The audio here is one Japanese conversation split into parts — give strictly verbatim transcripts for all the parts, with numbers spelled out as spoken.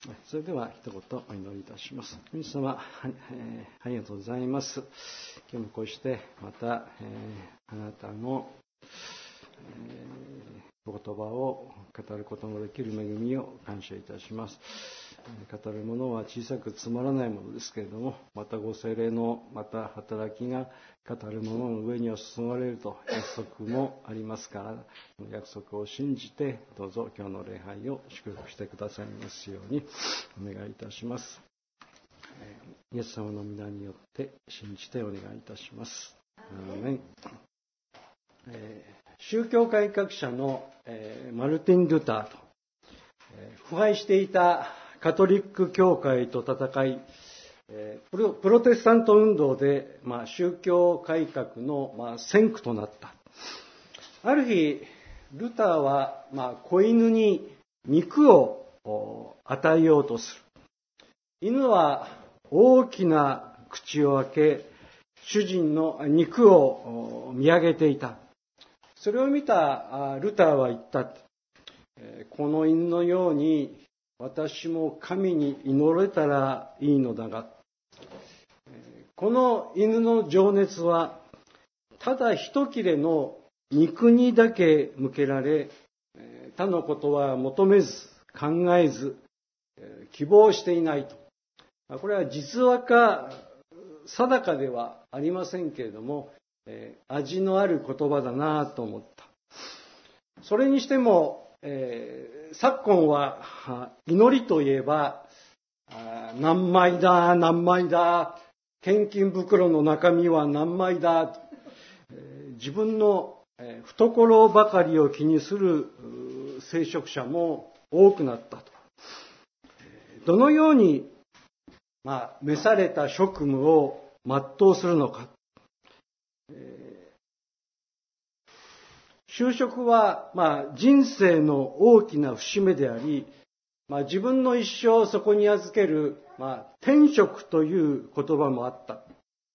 それでは一言お祈りいたします。神様、えー、ありがとうございます。今日もこうしてまた、えー、あなたの、えー、お言葉を語ることのできる恵みを感謝いたします。語るものは小さくつまらないものですけれども、またご聖霊のまた働きが語るものの上には進まれると約束もありますから、その約束を信じてどうぞ今日の礼拝を祝福してくださいますようにお願いいたします。イエス様の皆によって信じてお願いいたします。アーメン。えー、宗教改革者の、えー、マルティン・ルターと、えー、腐敗していたカトリック教会と戦い、プ ロ, プロテスタント運動で、まあ、宗教改革の、まあ、先駆となった。ある日、ルターは、まあ、子犬に肉を与えようとする。犬は大きな口を開け、主人の肉を見上げていた。それを見たルターは言った。この犬のように私も神に祈れたらいいのだが、この犬の情熱はただ一切れの肉にだけ向けられ、他のことは求めず考えず希望していないと。これは実話か定かではありませんけれども、味のある言葉だなと思った。それにしてもえー、昨今は祈りといえば何枚だ何枚だ、献金袋の中身は何枚だ、えー、自分の懐ばかりを気にする聖職者も多くなったと。どのように、まあ、召された職務を全うするのか。就職は、まあ、人生の大きな節目であり、まあ、自分の一生をそこに預ける、まあ、天職という言葉もあった。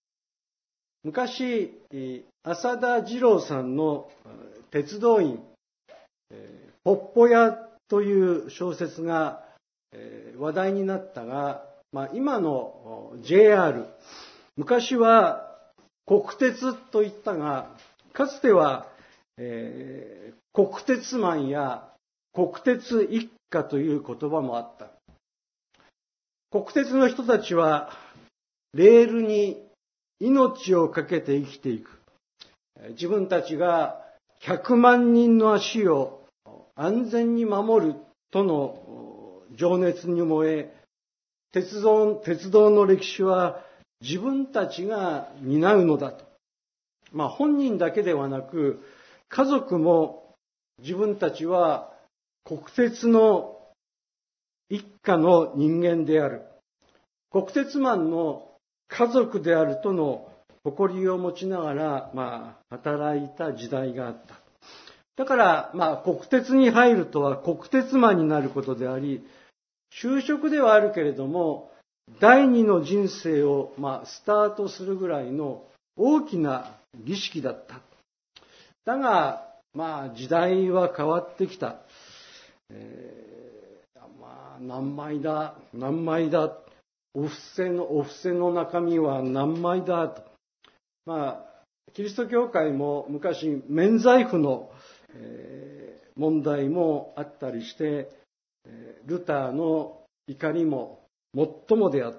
昔、浅田次郎さんの鉄道員、ポッポ屋という小説が話題になったが、まあ、今の ジェイアール、昔は国鉄と言ったが、かつてはえー、国鉄マンや国鉄一家という言葉もあった。国鉄の人たちはレールに命をかけて生きていく。自分たちがひゃくまんにんの足を安全に守るとの情熱に燃え、鉄道、鉄道の歴史は自分たちが担うのだと。まあ本人だけではなく、家族も自分たちは国鉄の一家の人間である。国鉄マンの家族であるとの誇りを持ちながら、まあ、働いた時代があった。だから、まあ、国鉄に入るとは国鉄マンになることであり、就職ではあるけれども、第二の人生を、まあ、スタートするぐらいの大きな儀式だった。だが、まあ、時代は変わってきた。えー、まあ、何枚だ、何枚だ、お布施の、お布施の中身は何枚だと。まあ、キリスト教会も昔、免罪符の、えー、問題もあったりして、ルターの怒りも最もであった。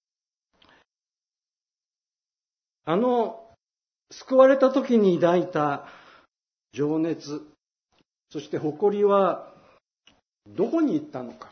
あの、救われた時に抱いた情熱、そして誇りはどこに行ったのか。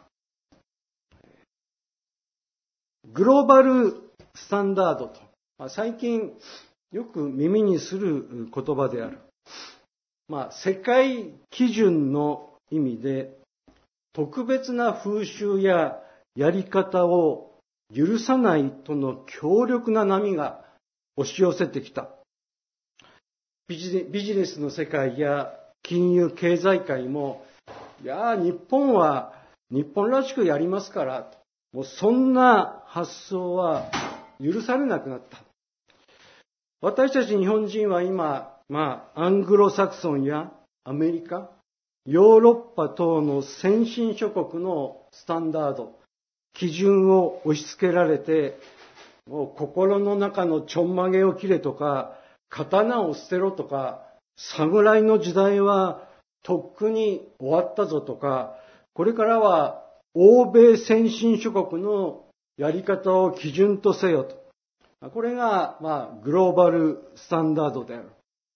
グローバルスタンダードと、最近よく耳にする言葉である。まあ、世界基準の意味で、特別な風習ややり方を許さないとの強力な波が押し寄せてきた。ビジネスの世界や金融経済界も、いや日本は日本らしくやりますから、もうそんな発想は許されなくなった。私たち日本人は今、まあ、アングロサクソンやアメリカ、ヨーロッパ等の先進諸国のスタンダード、 基準を押し付けられて、もう心の中のちょんまげを切れとか、刀を捨てろとか、侍の時代はとっくに終わったぞとか、これからは欧米先進諸国のやり方を基準とせよと。これが、まあ、グローバルスタンダードである。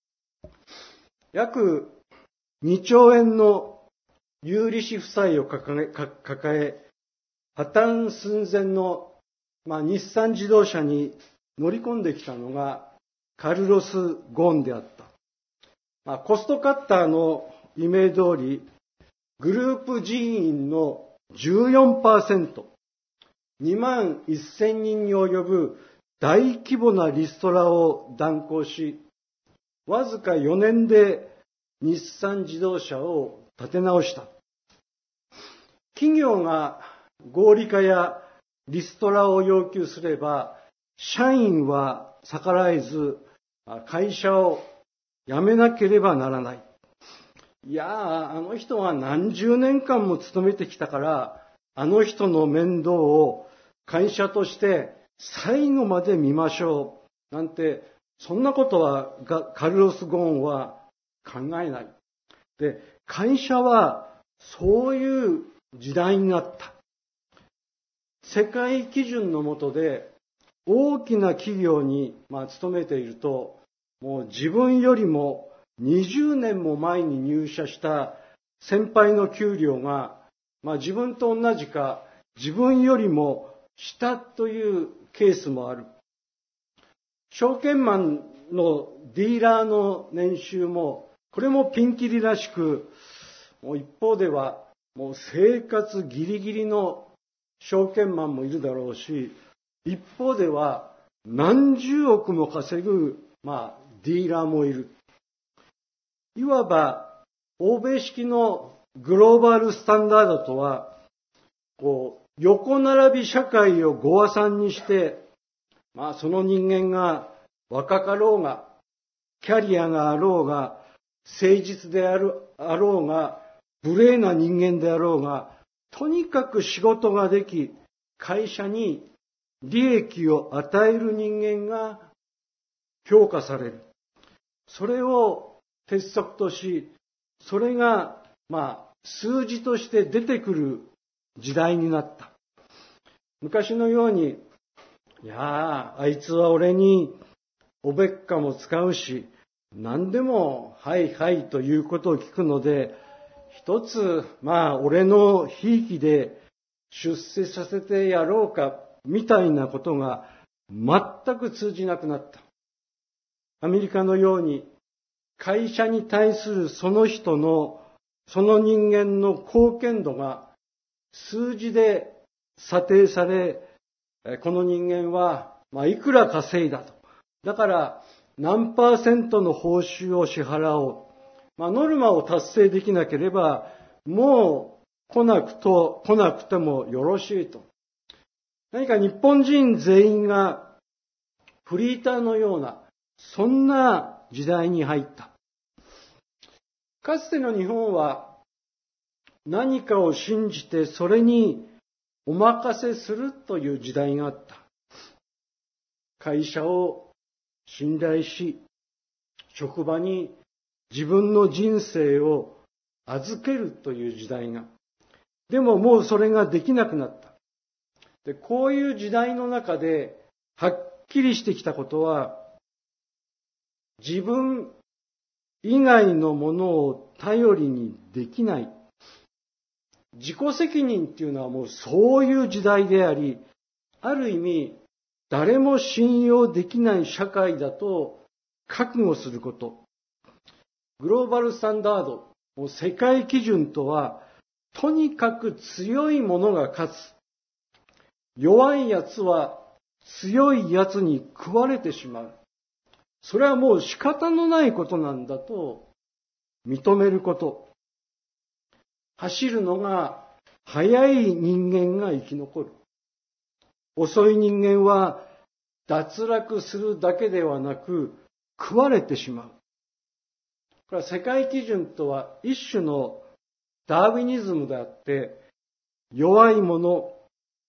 約にちょうえんの有利子負債を抱え、抱え破綻寸前の、まあ、日産自動車に乗り込んできたのがカルロス・ゴーンであった。まあ、コストカッターのイメージ通り、グループ人員の じゅうよんパーセント、にまんせんにんに及ぶ大規模なリストラを断行し、わずかよねんで日産自動車を立て直した。企業が合理化やリストラを要求すれば、社員は逆らえず、会社を辞めなければならない。いやあ、あの人は何十年間も勤めてきたから、あの人の面倒を会社として最後まで見ましょう。なんて、そんなことはカルロス・ゴーンは考えない。で、会社はそういう時代になった。世界基準の下で大きな企業に、まあ、勤めていると、もう自分よりもにじゅうねんも前に入社した先輩の給料が、まあ、自分と同じか自分よりも下というケースもある。証券マンのディーラーの年収も、これもピンキリらしく、もう一方ではもう生活ギリギリの証券マンもいるだろうし、一方では何十億も稼ぐ、まあ、ディーラーもいる。いわば欧米式のグローバルスタンダードとは、こう横並び社会をごわさんにして、まあその人間が若かろうが、キャリアがあろうが、誠実であるあろうが、無礼な人間であろうが、とにかく仕事ができ、会社に利益を与える人間が評価される。それを鉄則とし、それが、まあ、数字として出てくる時代になった。昔のように、いやあ、あいつは俺におべっかも使うし、何でもはいはいということを聞くので、一つ、まあ、俺のひいきで出世させてやろうか、みたいなことが全く通じなくなった。アメリカのように、会社に対するその人の、その人間の貢献度が数字で査定され、この人間は、まあ、いくら稼いだと。だから、何パーセントの報酬を支払おう。まあ、ノルマを達成できなければ、もう来なくと、来なくてもよろしいと。何か日本人全員がフリーターのような、そんな時代に入った。かつての日本は何かを信じてそれにお任せするという時代があった。会社を信頼し、職場に自分の人生を預けるという時代が。でももうそれができなくなった。で、こういう時代の中ではっきりしてきたことは、自分以外のものを頼りにできない。自己責任っていうのはもうそういう時代であり、ある意味誰も信用できない社会だと覚悟すること。グローバルスタンダード、もう世界基準とは、とにかく強い者が勝つ。弱いやつは強いやつに食われてしまう。それはもう仕方のないことなんだと認めること。走るのが速い人間が生き残る。遅い人間は脱落するだけではなく食われてしまう。これは世界基準とは一種のダーウィニズムであって、弱い者、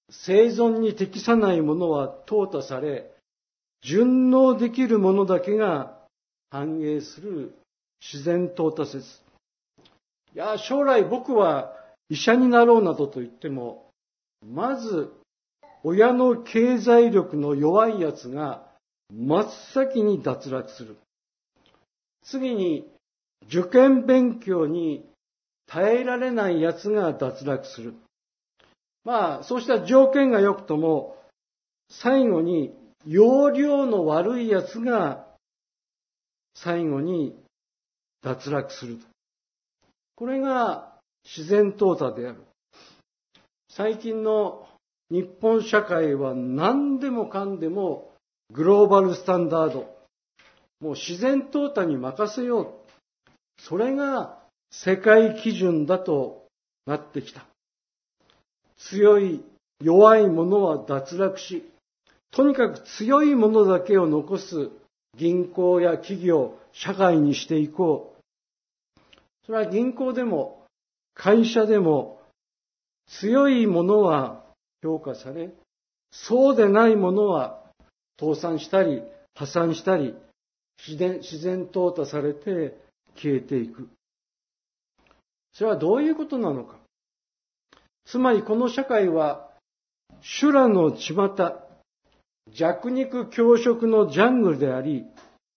生存に適さないものは淘汰され、順応できるものだけが繁栄する自然淘汰説。いや、将来僕は医者になろうなどと言っても、まず親の経済力の弱いやつが真っ先に脱落する。次に受験勉強に耐えられないやつが脱落する。まあ、そうした条件が良くとも、最後に要領の悪いやつが最後に脱落する。これが自然淘汰である。最近の日本社会は何でもかんでもグローバルスタンダード。もう自然淘汰に任せよう。それが世界基準だとなってきた。強い、弱いものは脱落し、とにかく強いものだけを残す銀行や企業、社会にしていこう。それは銀行でも会社でも強いものは評価され、そうでないものは倒産したり破産したり自然、自然淘汰されて消えていく。それはどういうことなのか。つまりこの社会は修羅の巷、弱肉強食のジャングルであり、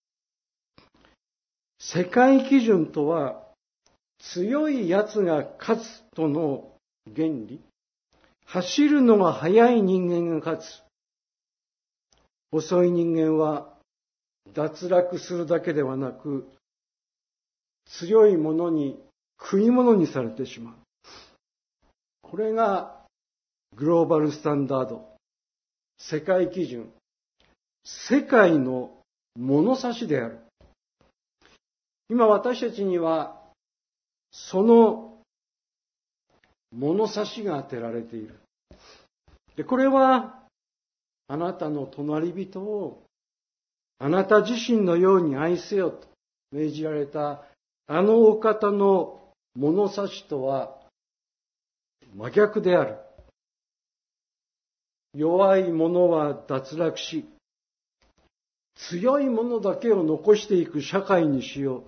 世界基準とは強いやつが勝つとの原理。走るのが速い人間が勝つ。遅い人間は脱落するだけではなく、強いものに食い物にされてしまう。これがグローバルスタンダード、世界基準、世界の物差しである。今私たちにはその物差しが当てられている。で、これはあなたの隣人をあなた自身のように愛せよと命じられたあのお方の物差しとは真逆である。弱い者は脱落し、強い者だけを残していく社会にしよ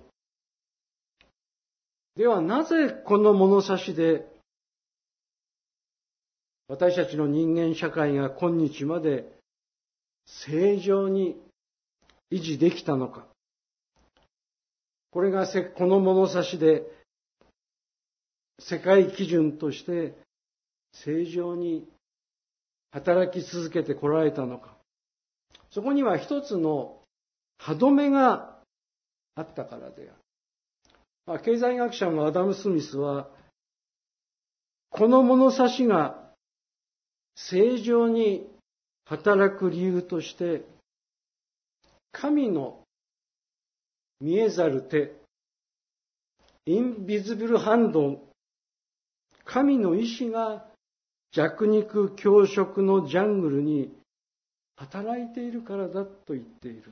う。ではなぜこの物差しで私たちの人間社会が今日まで正常に維持できたのか。これがこの物差しで世界基準として正常に働き続けてこられたのか。そこには一つの歯止めがあったからである。経済学者のアダム・スミスは、この物差しが正常に働く理由として、神の見えざる手、インビジブルハンド、神の意志が弱肉強食のジャングルに働いているからだと言っている。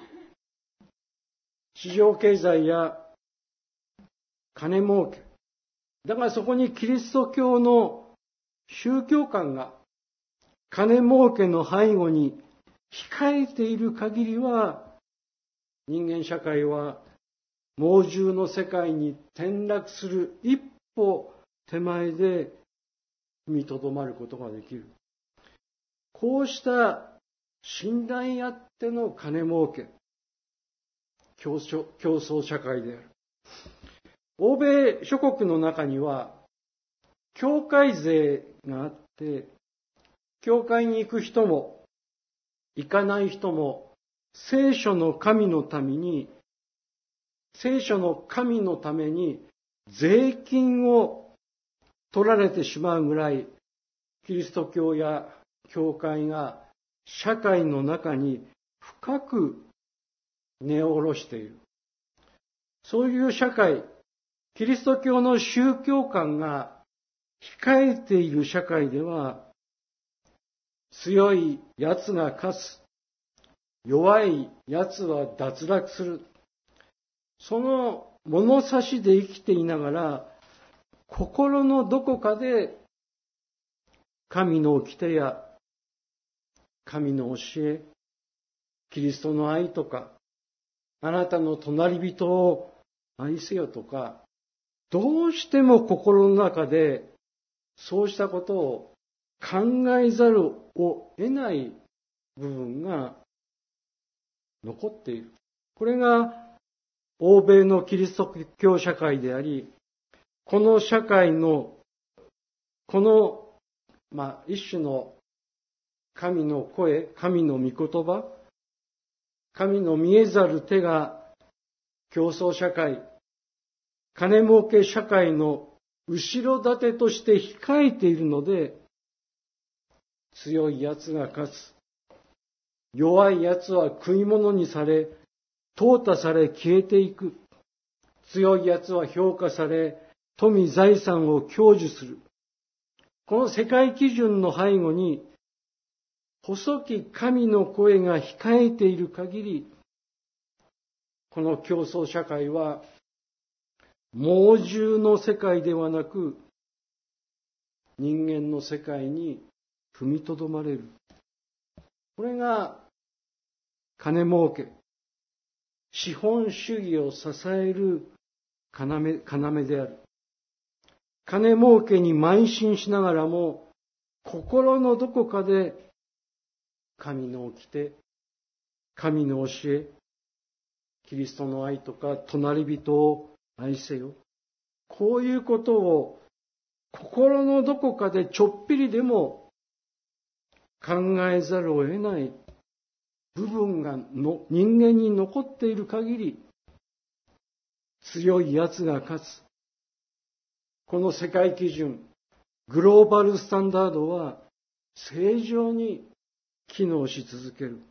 市場経済や金儲け。だからそこにキリスト教の宗教観が金儲けの背後に控えている限りは、人間社会は猛獣の世界に転落する一歩手前で踏みとどまることができる。こうした信頼あっての金儲け、競争、競争社会である。欧米諸国の中には、教会税があって、教会に行く人も、行かない人も、聖書の神のために、聖書の神のために税金を取られてしまうぐらい、キリスト教や教会が社会の中に深く根を下ろしている。そういう社会、キリスト教の宗教観が控えている社会では、強い奴が勝つ、弱い奴は脱落する。その物差しで生きていながら、心のどこかで神の掟や神の教え、キリストの愛とか、あなたの隣人を愛せよとか、どうしても心の中でそうしたことを考えざるを得ない部分が残っている。これが欧米のキリスト教社会であり、この社会の、この、まあ、一種の神の声、神の御言葉、神の見えざる手が競争社会、金儲け社会の後ろ盾として控えているので、強い奴が勝つ。弱い奴は食い物にされ、淘汰され消えていく。強い奴は評価され、富財産を享受する。この世界基準の背後に、細き神の声が控えている限り、この競争社会は、猛獣の世界ではなく、人間の世界に踏みとどまれる。これが、金儲け、資本主義を支える要、要である。金儲けに邁進しながらも、心のどこかで、神の掟、神の教え、キリストの愛とか、隣人を愛せよ。こういうことを、心のどこかでちょっぴりでも考えざるを得ない部分がの人間に残っている限り、強い奴が勝つ。この世界基準、グローバルスタンダードは正常に機能し続ける。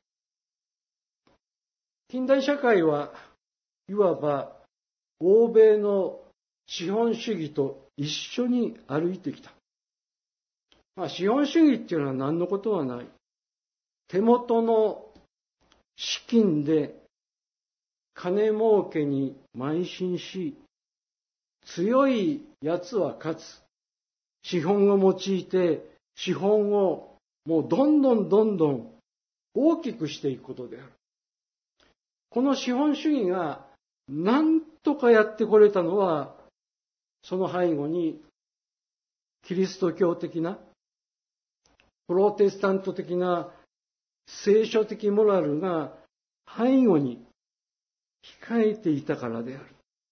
近代社会はいわば欧米の資本主義と一緒に歩いてきた。まあ、資本主義っていうのは何のことはない。手元の資金で金儲けに邁進し、強い奴は勝つ。資本を用いて、資本をもうどんどんどんどん大きくしていくことである。この資本主義が何とかやってこれたのは、その背後にキリスト教的な、プロテスタント的な聖書的モラルが背後に控えていたからである。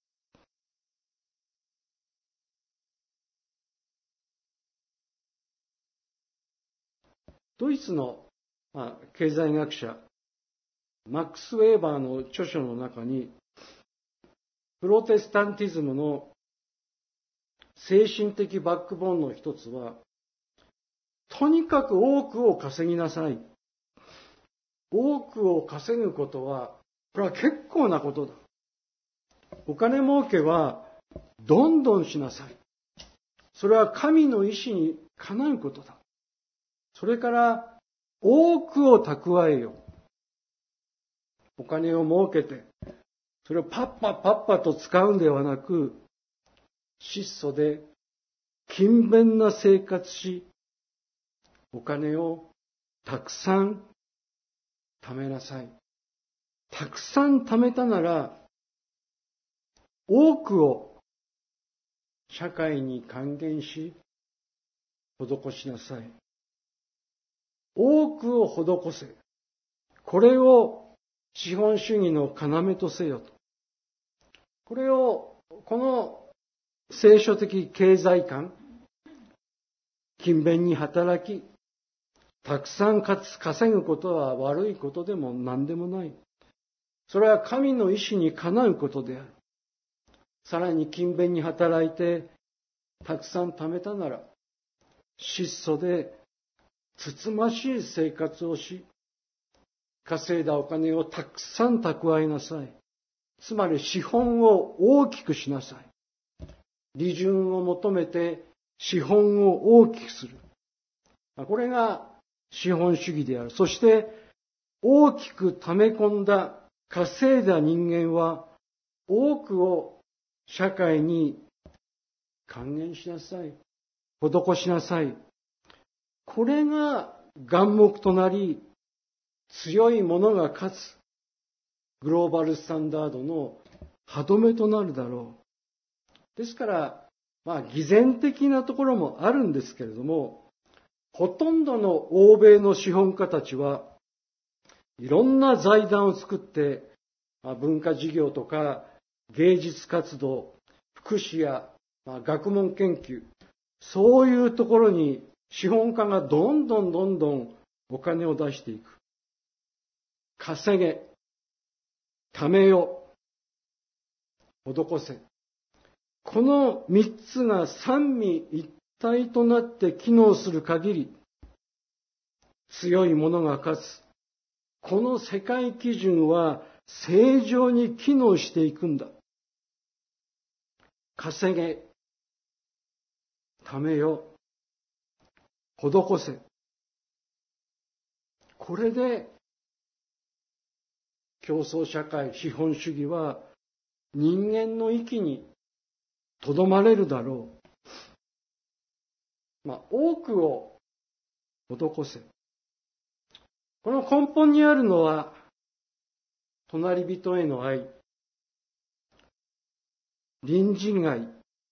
ドイツの、まあ、経済学者、マックス・ウェーバーの著書の中に、プロテスタンティズムの精神的バックボーンの一つは、とにかく多くを稼ぎなさい。多くを稼ぐことは、これは結構なことだ。お金儲けはどんどんしなさい。それは神の意志にかなうことだ。それから多くを蓄えよ。お金を儲けて、それをパッパパッパと使うんではなく、質素で勤勉な生活し、お金をたくさん貯めなさい。たくさん貯めたなら、多くを社会に還元し、施しなさい。多くを施せ。これを資本主義の要とせよと。これを、この聖書的経済観、勤勉に働き、たくさん稼ぐことは悪いことでも何でもない。それは神の意志にかなうことである。さらに勤勉に働いて、たくさん貯めたなら、質素でつつましい生活をし、稼いだお金をたくさん蓄えなさい。つまり資本を大きくしなさい。利潤を求めて資本を大きくする。これが資本主義である。そして大きく溜め込んだ、稼いだ人間は多くを社会に還元しなさい。施しなさい。 これが眼目となり、強いものが勝つグローバルスタンダードの歯止めとなるだろう。ですから、まあ偽善的なところもあるんですけれども、ほとんどの欧米の資本家たちはいろんな財団を作って、まあ、文化事業とか芸術活動、福祉や、まあ、学問研究、そういうところに資本家がどんどんどんどんお金を出していく。稼げ、貯めよ、施せ。この三つが三位一体となって機能する限り、強いものが勝つ。この世界基準は正常に機能していくんだ。稼げ、貯めよ、施せ。これで競争社会、資本主義は人間の域にとどまれるだろう。まあ、多くを施せ。この根本にあるのは、隣人への愛、隣人愛。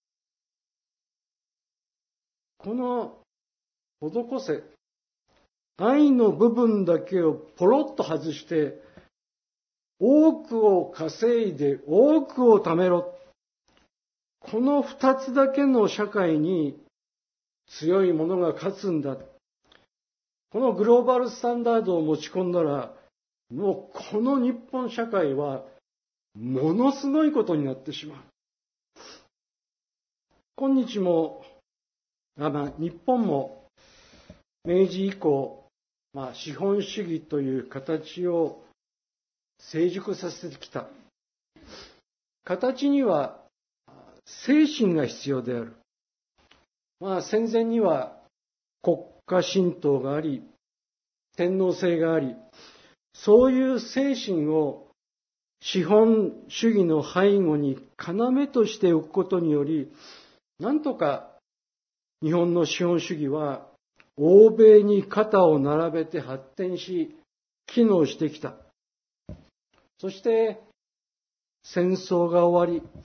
この施せ、愛の部分だけをポロッと外して、多くを稼いで多くを貯めろ。この二つだけの社会に強いものが勝つんだ。このグローバルスタンダードを持ち込んだら、もうこの日本社会はものすごいことになってしまう。今日も、あまあ、日本も明治以降、まあ、資本主義という形を成熟させてきた。形には精神が必要である。まあ、戦前には国家神道があり、天皇制があり、そういう精神を資本主義の背後に要としておくことにより、なんとか日本の資本主義は欧米に肩を並べて発展し、機能してきた。そして戦争が終わり、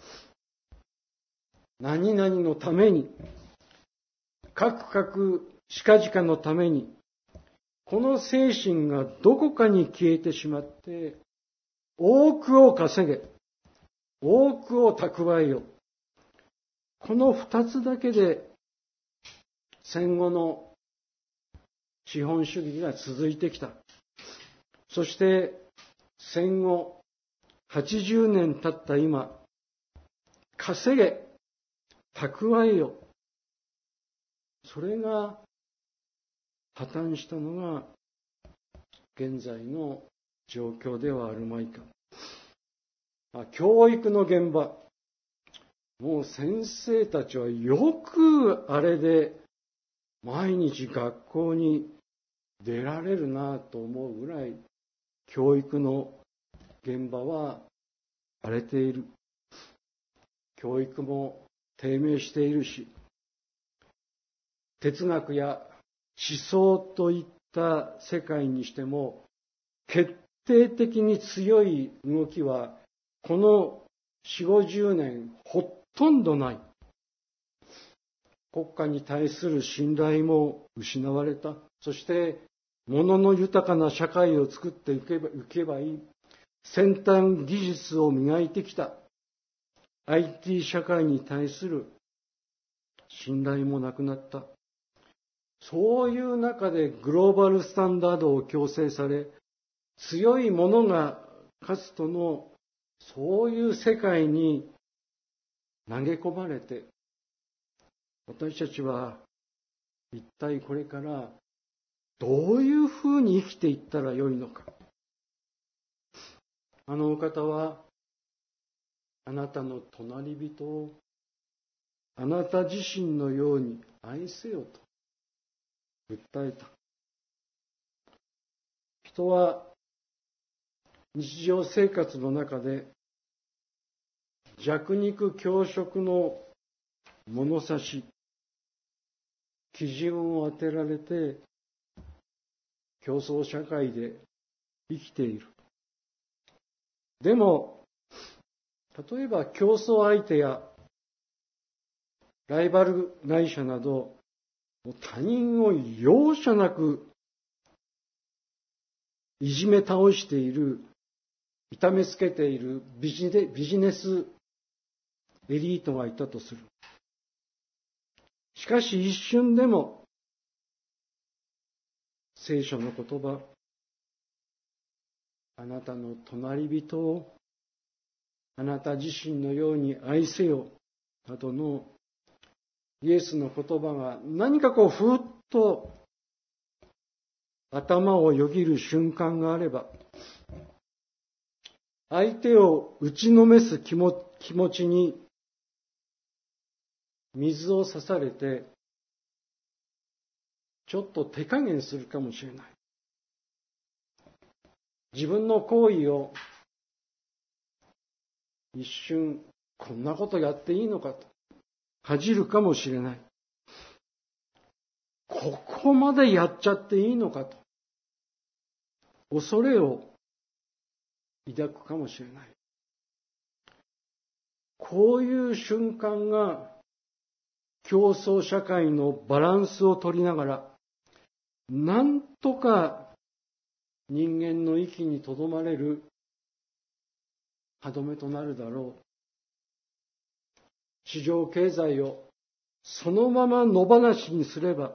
何々のために、各々近々のために、この精神がどこかに消えてしまって、多くを稼げ、多くを蓄えよ。この二つだけで戦後の資本主義が続いてきた。そして戦後はちじゅうねん経った今、稼げ、蓄えよ。それが破綻したのが現在の状況ではあるまいか。教育の現場、もう先生たちはよくあれで毎日学校に出られるなと思うぐらい、教育の現場は荒れている。教育も低迷しているし、哲学や思想といった世界にしても、決定的に強い動きはこのよん、ごじゅうねんほとんどない。国家に対する信頼も失われた。そして物の豊かな社会を作っていけば、いけばいい。先端技術を磨いてきた アイティー 社会に対する信頼もなくなった。そういう中でグローバルスタンダードを強制され、強いものが勝つとの、そういう世界に投げ込まれて、私たちは一体これからどういうふうに生きていったらよいのか。あのお方は、あなたの隣人をあなた自身のように愛せよと訴えた。人は日常生活の中で弱肉強食の物差し、 基準を当てられて競争社会で生きている。でも、例えば競争相手やライバル会社など、他人を容赦なくいじめ倒している、痛めつけているビジネ、ビジネスエリートがいたとする。しかし一瞬でも聖書の言葉、あなたの隣人をあなた自身のように愛せよなどのイエスの言葉が何かこうふっと頭をよぎる瞬間があれば、相手を打ちのめす気持ちに水を差されて、ちょっと手加減するかもしれない。自分の行為を一瞬、こんなことやっていいのかと恥じるかもしれない。ここまでやっちゃっていいのかと恐れを抱くかもしれない。こういう瞬間が競争社会のバランスを取りながら、なんとか人間の息にとどまれる歯止めとなるだろう。市場経済をそのまま野放しにすれば、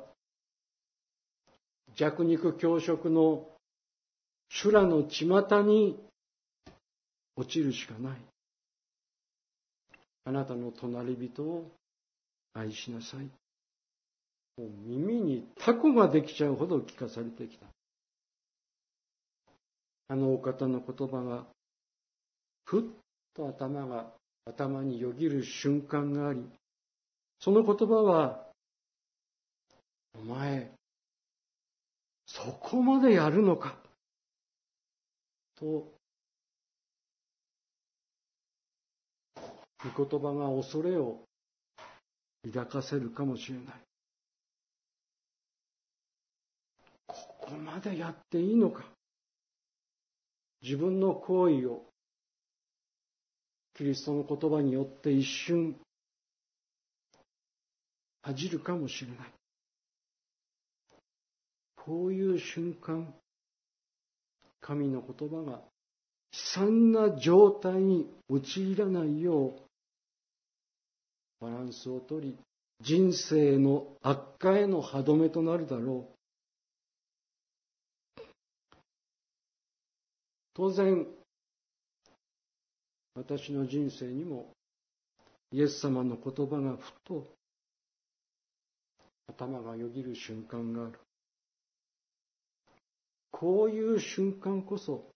弱肉強食の修羅の巷に落ちるしかない。あなたの隣人を愛しなさい。もう耳にタコができちゃうほど聞かされてきた。あのお方の言葉がふっと頭が頭によぎる瞬間があり、その言葉は、お前そこまでやるのかと、御言葉が恐れを抱かせるかもしれない。ここまでやっていいのか。自分の行為をキリストの言葉によって一瞬恥じるかもしれない。こういう瞬間、神の言葉が悲惨な状態に陥らないようバランスをとり、人生の悪化への歯止めとなるだろう。当然、私の人生にもイエス様の言葉がふと頭がよぎる瞬間がある。こういう瞬間こそ悲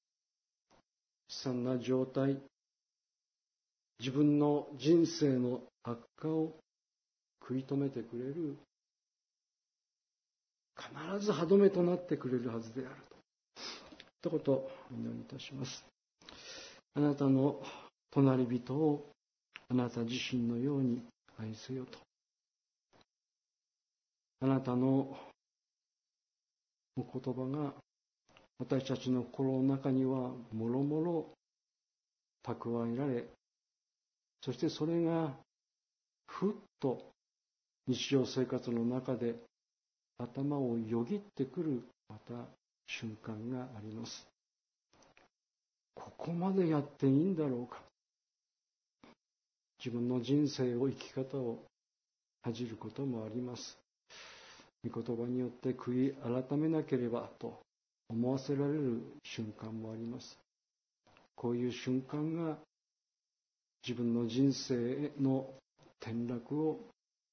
惨な状態、自分の人生の悪化を食い止めてくれる、必ず歯止めとなってくれるはずであると。ということをお祈りいたします。あなたの隣人をあなた自身のように愛せよと。あなたのお言葉が私たちの心の中にはもろもろ蓄えられ、そしてそれがふっと日常生活の中で頭をよぎってくるまた瞬間があります。ここまでやっていいんだろうか。自分の人生を生き方を恥じることもあります。御言葉によって悔い改めなければと思わせられる瞬間もあります。こういう瞬間が自分の人生の転落を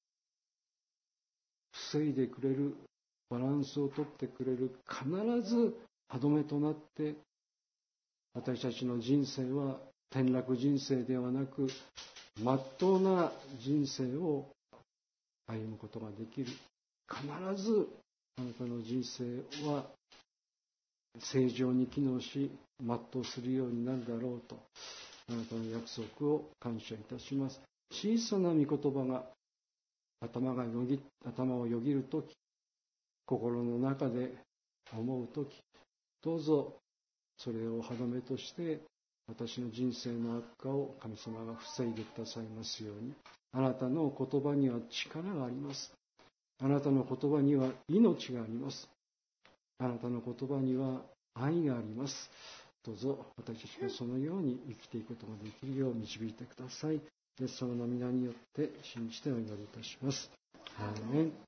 防いでくれる、バランスをとってくれる、必ず歯止めとなって、私たちの人生は転落人生ではなく、まっとうな人生を歩むことができる。必ずあなたの人生は正常に機能し、全うするようになるだろうと、あなたの約束を感謝いたします。小さな御言葉が頭がよぎ頭をよぎるとき、心の中で思うとき、どうぞそれを歯止めとして私の人生の悪化を神様が防いでくださいますように。あなたの言葉には力があります。あなたの言葉には命があります。あなたの言葉には愛があります。どうぞ私たちがそのように生きていくことができるよう導いてください。イエス様の皆によって信じてお祈りいたします。アーメン。